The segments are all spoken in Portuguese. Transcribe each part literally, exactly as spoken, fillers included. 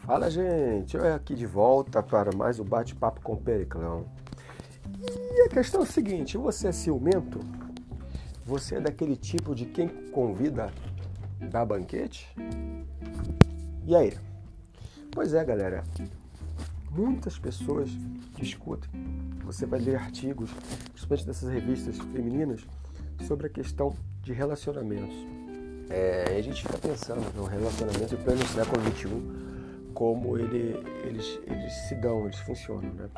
Fala, gente, eu aqui de volta para mais um bate-papo com o Periclão. E a questão é a seguinte: você é ciumento? Você é daquele tipo de quem convida dar banquete? E aí? Pois é, galera, muitas pessoas discutem. Você vai ler artigos, principalmente dessas revistas femininas, sobre a questão de relacionamentos. É, a gente fica pensando no relacionamento em pleno século vinte e um, como ele, eles, eles se dão, eles funcionam, né?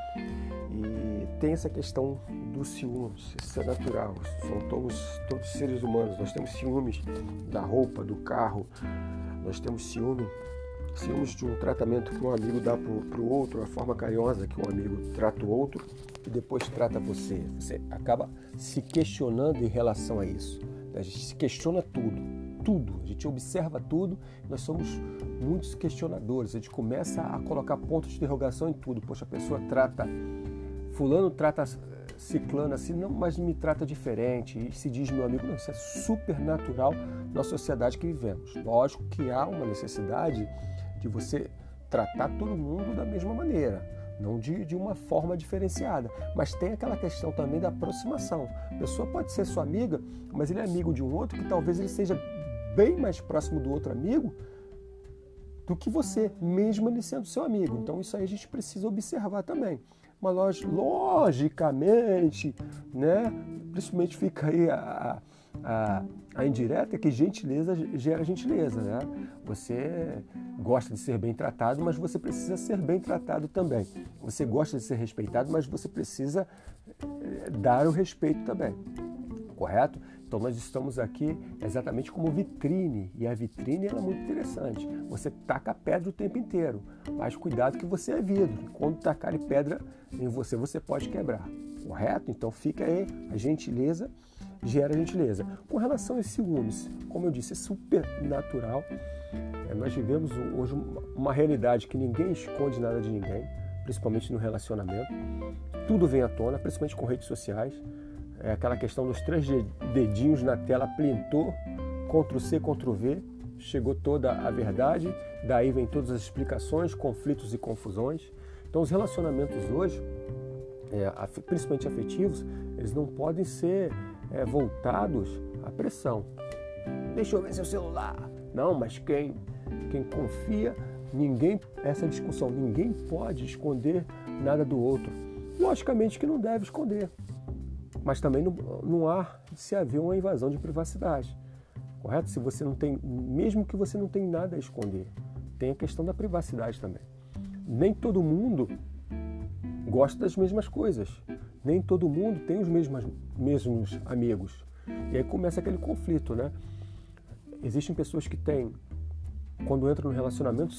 E tem essa questão dos ciúmes, isso é natural, são todos, todos seres humanos. Nós temos ciúmes da roupa, do carro, nós temos ciúme, ciúmes de um tratamento que um amigo dá para o outro, a forma carinhosa que um amigo trata o outro e depois trata você. Você acaba se questionando em relação a isso. A gente se questiona tudo. Tudo, a gente observa tudo, nós somos muitos questionadores, a gente começa a colocar pontos de interrogação em tudo. Poxa, a pessoa trata, fulano trata ciclano assim, não, mas me trata diferente, e se diz meu amigo. Não, isso é super natural na sociedade que vivemos. Lógico que há uma necessidade de você tratar todo mundo da mesma maneira, não de, de uma forma diferenciada, mas tem aquela questão também da aproximação. A pessoa pode ser sua amiga, mas ele é amigo de um outro que talvez ele seja bem mais próximo do outro amigo do que você, mesmo ele sendo seu amigo. Então isso aí a gente precisa observar também. Mas logicamente, né, principalmente fica aí a, a, a indireta, que gentileza gera gentileza, né? Você gosta de ser bem tratado, mas você precisa ser bem tratado também. Você gosta de ser respeitado, mas você precisa dar o respeito também. Correto? Então nós estamos aqui exatamente como vitrine, e a vitrine ela é muito interessante. Você taca pedra o tempo inteiro, mas cuidado que você é vidro. Quando tacar pedra em você, você pode quebrar. Correto? Então fica aí, a gentileza gera gentileza. Com relação a ciúmes, como eu disse, é super natural. É, nós vivemos hoje uma realidade que ninguém esconde nada de ninguém, principalmente no relacionamento. Tudo vem à tona, principalmente com redes sociais. É aquela questão dos três dedinhos na tela, printou, control C, control V, chegou toda a verdade, daí vem todas as explicações, conflitos e confusões. Então os relacionamentos hoje, é, principalmente afetivos, eles não podem ser é, voltados à pressão. Deixa eu ver seu celular. Não, mas quem, quem confia, ninguém, essa discussão, ninguém pode esconder nada do outro. Logicamente que não deve esconder. Mas também não, não há de se haver uma invasão de privacidade, correto? Se você não tem, mesmo que você não tenha nada a esconder, tem a questão da privacidade também. Nem todo mundo gosta das mesmas coisas, nem todo mundo tem os mesmos, mesmos amigos. E aí começa aquele conflito, né? Existem pessoas que têm, quando entram no relacionamento,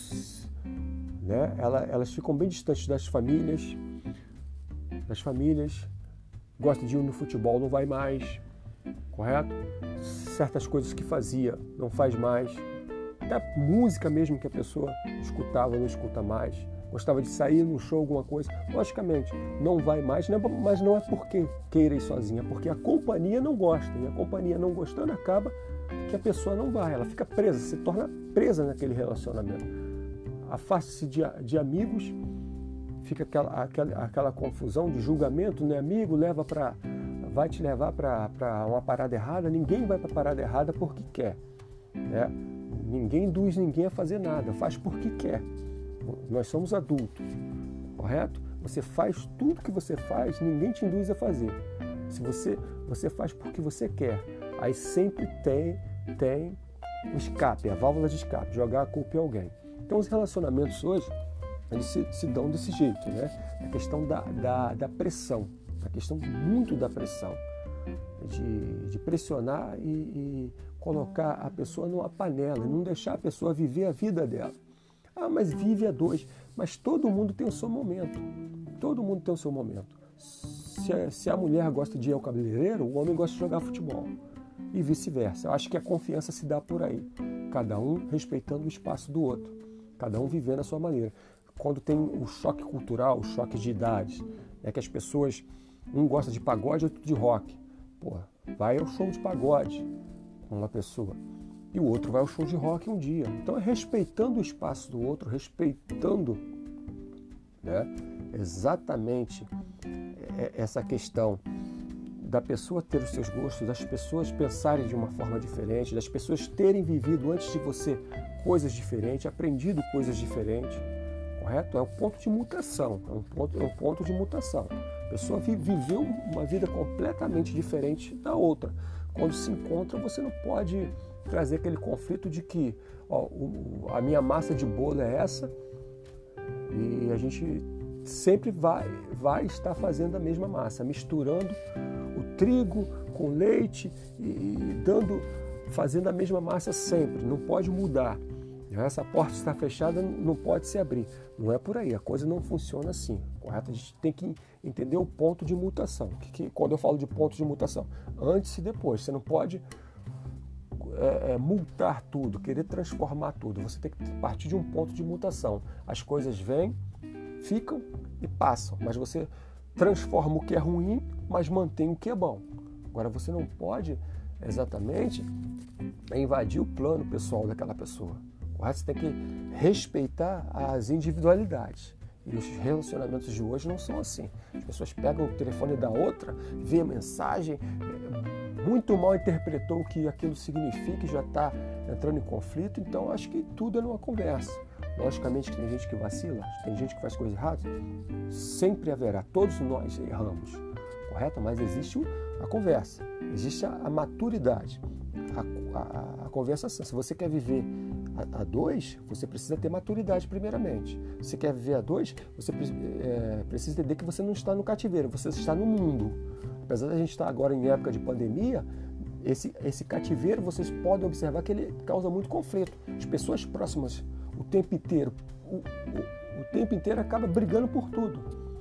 né, elas, elas ficam bem distantes das famílias, das famílias, gosta de ir no futebol, não vai mais, correto? Certas coisas que fazia, não faz mais. Até música mesmo que a pessoa escutava, não escuta mais. Gostava de sair num show, alguma coisa. Logicamente, não vai mais, mas não é porque queira ir sozinha, é porque a companhia não gosta. E a companhia não gostando, acaba que a pessoa não vai. Ela fica presa, se torna presa naquele relacionamento. Afasta-se de, de amigos, fica aquela, aquela, aquela confusão de julgamento, né? Amigo leva para, vai te levar para uma parada errada. Ninguém vai para a parada errada porque quer, né? Ninguém induz ninguém a fazer nada, faz porque quer. Nós somos adultos, correto? Você faz tudo que você faz, ninguém te induz a fazer. Se você, você faz porque você quer, aí sempre tem, tem o escape, a válvula de escape, jogar a culpa em alguém. Então os relacionamentos hoje, eles se, se dão desse jeito, né? A questão da, da, da pressão, a questão muito da pressão, de, de pressionar e, e colocar a pessoa numa panela, e não deixar a pessoa viver a vida dela. Ah, mas vive a dois. Mas todo mundo tem o seu momento. Todo mundo tem o seu momento. Se a, se a mulher gosta de ir ao cabeleireiro, o homem gosta de jogar futebol. E vice-versa. Eu acho que a confiança se dá por aí. Cada um respeitando o espaço do outro. Cada um vivendo a sua maneira. Quando tem o choque cultural, o choque de idades, né, que as pessoas, um gosta de pagode, outro de rock. Porra, vai ao show de pagode com uma pessoa. e o outro vai ao show de rock um dia. Então é respeitando o espaço do outro, respeitando, né, exatamente essa questão da pessoa ter os seus gostos, das pessoas pensarem de uma forma diferente, das pessoas terem vivido antes de você coisas diferentes, aprendido coisas diferentes, correto? É um ponto de mutação, é um ponto, é um ponto de mutação. A pessoa vi, viveu uma vida completamente diferente da outra. Quando se encontra, você não pode trazer aquele conflito de que ó, o, a minha massa de bolo é essa e a gente sempre vai, vai estar fazendo a mesma massa, misturando o trigo com leite e, e dando, fazendo a mesma massa sempre. Não pode mudar. Essa porta está fechada, não pode se abrir. Não é por aí, a coisa não funciona assim, correto? A gente tem que entender o ponto de mutação. Que, que, quando eu falo de ponto de mutação, antes e depois. Você não pode é, é, multar tudo, querer transformar tudo. Você tem que partir de um ponto de mutação. As coisas vêm, ficam e passam, mas você transforma o que é ruim, mas mantém o que é bom. Agora você não pode exatamente invadir o plano pessoal daquela pessoa. Você tem que respeitar as individualidades. E os relacionamentos de hoje não são assim. As pessoas pegam o telefone da outra, vê a mensagem, muito mal interpretou o que aquilo significa e já está entrando em conflito. Então, acho que tudo é numa conversa. Logicamente que tem gente que vacila, tem gente que faz coisas erradas. Sempre haverá, todos nós erramos, correto? Mas existe a conversa, existe a, a maturidade, a, a, a conversação. Se você quer viver a, a dois, você precisa ter maturidade primeiramente. Se você quer viver a dois, você é, precisa entender que você não está no cativeiro, você está no mundo. Apesar de a gente estar agora em época de pandemia, esse, esse cativeiro, vocês podem observar que ele causa muito conflito. As pessoas próximas o tempo inteiro, o, o, o tempo inteiro acaba brigando por tudo.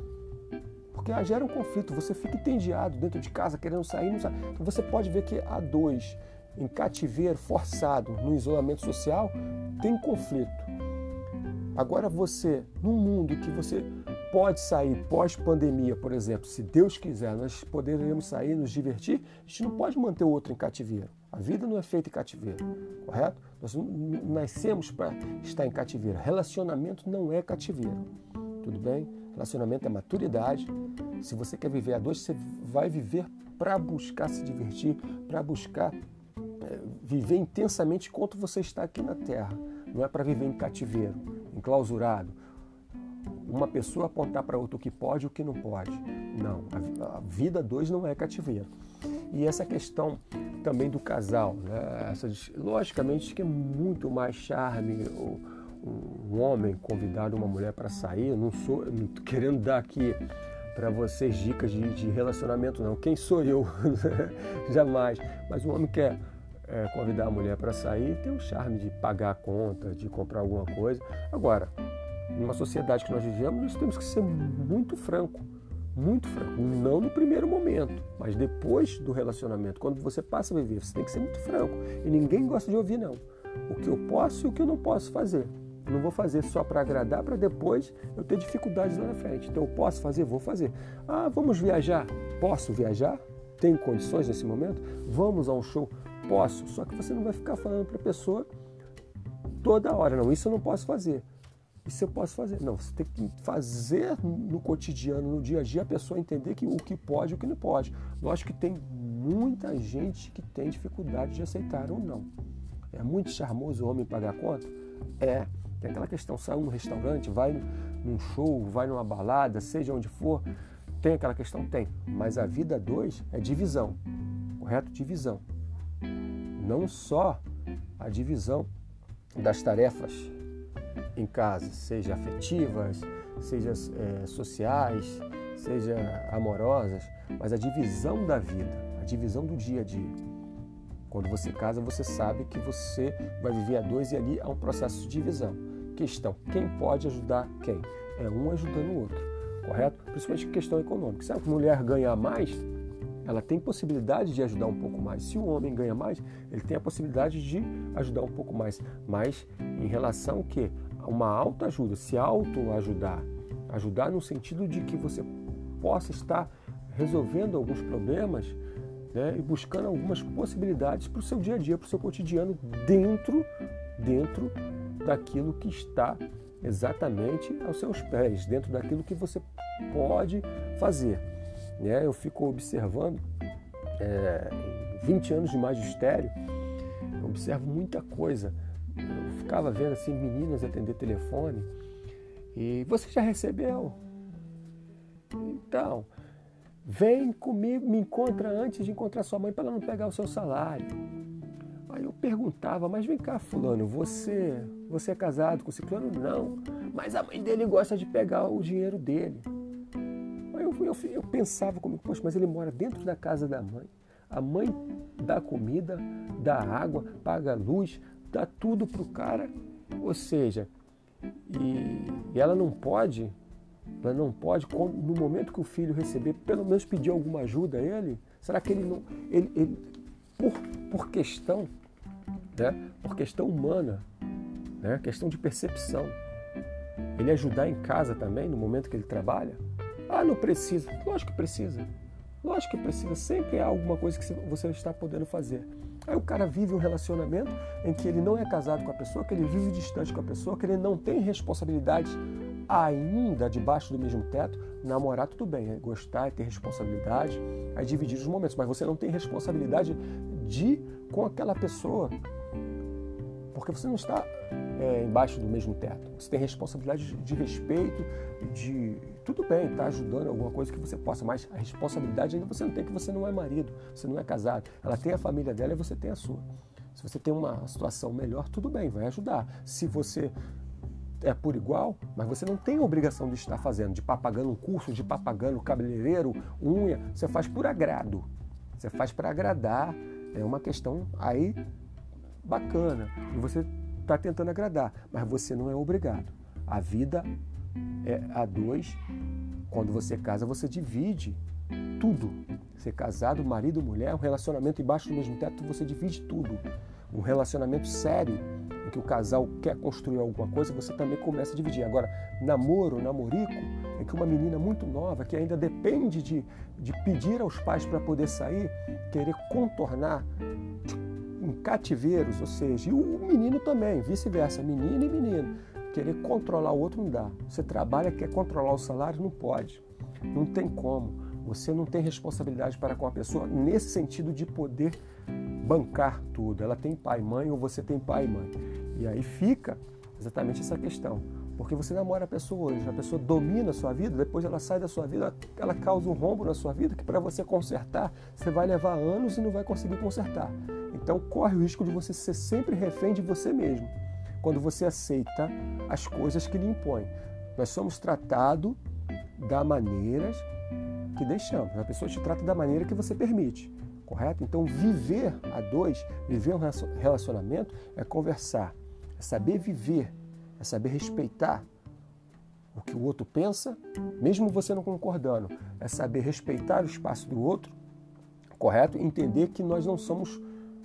Porque gera um conflito, você fica entediado dentro de casa, querendo sair, não sai. Então você pode ver que a dois, em cativeiro, forçado, no isolamento social, tem conflito. Agora você, num mundo que você pode sair pós-pandemia, por exemplo, se Deus quiser, nós poderemos sair, nos divertir, a gente não pode manter o outro em cativeiro. A vida não é feita em cativeiro, correto? Nós nascemos para estar em cativeiro. Relacionamento não é cativeiro, tudo bem? Relacionamento é maturidade. Se você quer viver a dois, você vai viver para buscar se divertir, para buscar é, viver intensamente enquanto você está aqui na Terra. Não é para viver em cativeiro, enclausurado. Uma pessoa apontar para outra o que pode e o que não pode. Não, a, a vida dois não é cativeiro. E essa questão também do casal, né? Essa, logicamente que é muito mais charme o, um homem convidar uma mulher para sair. Eu não sou não tô querendo dar aqui para vocês dicas de, de relacionamento, não. Quem sou eu? Jamais. Mas um homem quer é, convidar a mulher para sair, tem o charme de pagar a conta, de comprar alguma coisa. Agora, numa sociedade que nós vivemos, nós temos que ser muito franco, muito franco. Não no primeiro momento, mas depois do relacionamento. Quando você passa a viver, você tem que ser muito franco. E ninguém gosta de ouvir, não. O que eu posso e o que eu não posso fazer. Eu não vou fazer só para agradar, para depois eu ter dificuldades lá na frente. Então eu posso fazer? Vou fazer. Ah, vamos viajar? Posso viajar? Tenho condições nesse momento? Vamos a um show? Posso. Só que você não vai ficar falando para a pessoa toda hora. Não, isso eu não posso fazer. Isso eu posso fazer. Não, você tem que fazer no cotidiano, no dia a dia, a pessoa entender que o que pode e o que não pode. Lógico que tem muita gente que tem dificuldade de aceitar ou não. É muito charmoso o homem pagar a conta? É. Tem aquela questão, sai num restaurante, vai num show, vai numa balada, seja onde for, tem aquela questão? Tem. Mas a vida dois é divisão, correto? Divisão. Não só a divisão das tarefas em casa, seja afetivas, seja é, sociais, seja amorosas, mas a divisão da vida, a divisão do dia a dia. Quando você casa, você sabe que você vai viver a dois e ali há um processo de divisão. Questão, quem pode ajudar quem? É um ajudando o outro, correto? Principalmente questão econômica. Se a mulher ganhar mais, ela tem possibilidade de ajudar um pouco mais. Se o homem ganha mais, ele tem a possibilidade de ajudar um pouco mais. Mas em relação ao quê? Uma autoajuda, se autoajudar. Ajudar no sentido de que você possa estar resolvendo alguns problemas né, e buscando algumas possibilidades para o seu dia a dia, para o seu cotidiano, dentro, dentro daquilo que está exatamente aos seus pés, dentro daquilo que você pode fazer. Né? Eu fico observando, é, vinte anos de magistério, eu observo muita coisa. Eu ficava vendo assim, meninas atender telefone, e você já recebeu? Então, vem comigo, me encontra antes de encontrar sua mãe para ela não pegar o seu salário. Aí eu perguntava, mas vem cá, fulano, você, você é casado com esse plano? Não, mas a mãe dele gosta de pegar o dinheiro dele. Aí eu, eu, eu pensava comigo, poxa, mas ele mora dentro da casa da mãe. A mãe dá comida, dá água, paga luz, dá tudo pro cara. Ou seja, e, e ela não pode, ela não pode, no momento que o filho receber, pelo menos pedir alguma ajuda a ele. Será que ele não, ele, ele por, por questão, né, por questão humana, né, questão de percepção, ele ajudar em casa também, no momento que ele trabalha? Ah, não precisa. Lógico que precisa. Lógico que precisa. Sempre há alguma coisa que você está podendo fazer. Aí o cara vive um relacionamento em que ele não é casado com a pessoa, que ele vive distante com a pessoa, que ele não tem responsabilidade ainda debaixo do mesmo teto. Namorar, tudo bem, é gostar, é ter responsabilidade, é dividir os momentos, mas você não tem responsabilidade de com aquela pessoa, porque você não está é, embaixo do mesmo teto. Você tem responsabilidade de, de respeito, de... Tudo bem, está ajudando alguma coisa que você possa, mas a responsabilidade ainda você não tem, que você não é marido, você não é casado. Ela tem a família dela e você tem a sua. Se você tem uma situação melhor, tudo bem, vai ajudar. Se você é por igual, mas você não tem a obrigação de estar fazendo, de estar pagando um curso, de estar pagando cabeleireiro, unha, você faz por agrado. Você faz para agradar, é uma questão aí bacana. E você está tentando agradar, mas você não é obrigado. A vida é a dois. Quando você casa, você divide tudo. Ser casado, marido, mulher, um relacionamento embaixo do mesmo teto, você divide tudo. Um relacionamento sério, em que o casal quer construir alguma coisa, você também começa a dividir. Agora, namoro, namorico, em que uma menina muito nova, que ainda depende de, de pedir aos pais para poder sair, querer contornar em cativeiros, ou seja, e o menino também, vice-versa, menina e menino. Querer controlar o outro não dá. Você trabalha, quer controlar o salário, não pode. Não tem como. Você não tem responsabilidade para com a pessoa nesse sentido de poder bancar tudo. Ela tem pai e mãe ou você tem pai e mãe. E aí fica exatamente essa questão. Porque você namora a pessoa hoje, a pessoa domina a sua vida, depois ela sai da sua vida, ela causa um rombo na sua vida que para você consertar, você vai levar anos e não vai conseguir consertar. Então corre o risco de você ser sempre refém de você mesmo, quando você aceita as coisas que lhe impõem. Nós somos tratados da maneira que deixamos. A pessoa te trata da maneira que você permite, correto? Então, viver a dois, viver um relacionamento é conversar, é saber viver, é saber respeitar o que o outro pensa, mesmo você não concordando. É saber respeitar o espaço do outro, correto? E entender que nós não somos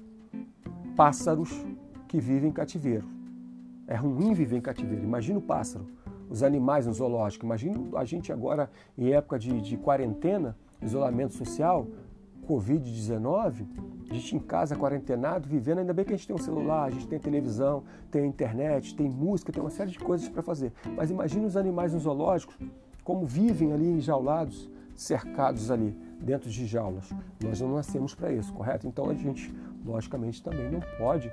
pássaros que vivem em cativeiro. É ruim viver em cativeiro. Imagina o pássaro, os animais no zoológico. Imagina a gente agora, em época de, de quarentena, isolamento social, covid dezenove, a gente em casa, quarentenado, vivendo. Ainda bem que a gente tem um celular, a gente tem televisão, tem internet, tem música, tem uma série de coisas para fazer. Mas imagina os animais nos zoológicos, como vivem ali enjaulados, cercados ali, dentro de jaulas. Nós não nascemos para isso, correto? Então a gente, logicamente, também não pode...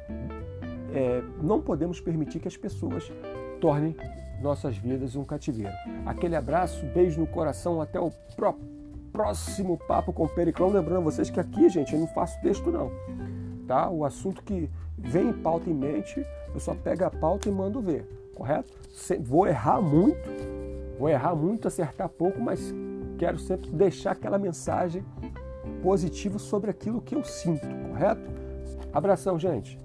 É, não podemos permitir que as pessoas tornem nossas vidas um cativeiro. Aquele abraço, beijo no coração, até o pró- próximo Papo com Periclão. Lembrando a vocês que aqui, gente, eu não faço texto não, tá? O assunto que vem em pauta em mente, eu só pego a pauta e mando ver, correto? Vou errar muito, vou errar muito, acertar pouco, mas quero sempre deixar aquela mensagem positiva sobre aquilo que eu sinto, correto? Abração, gente!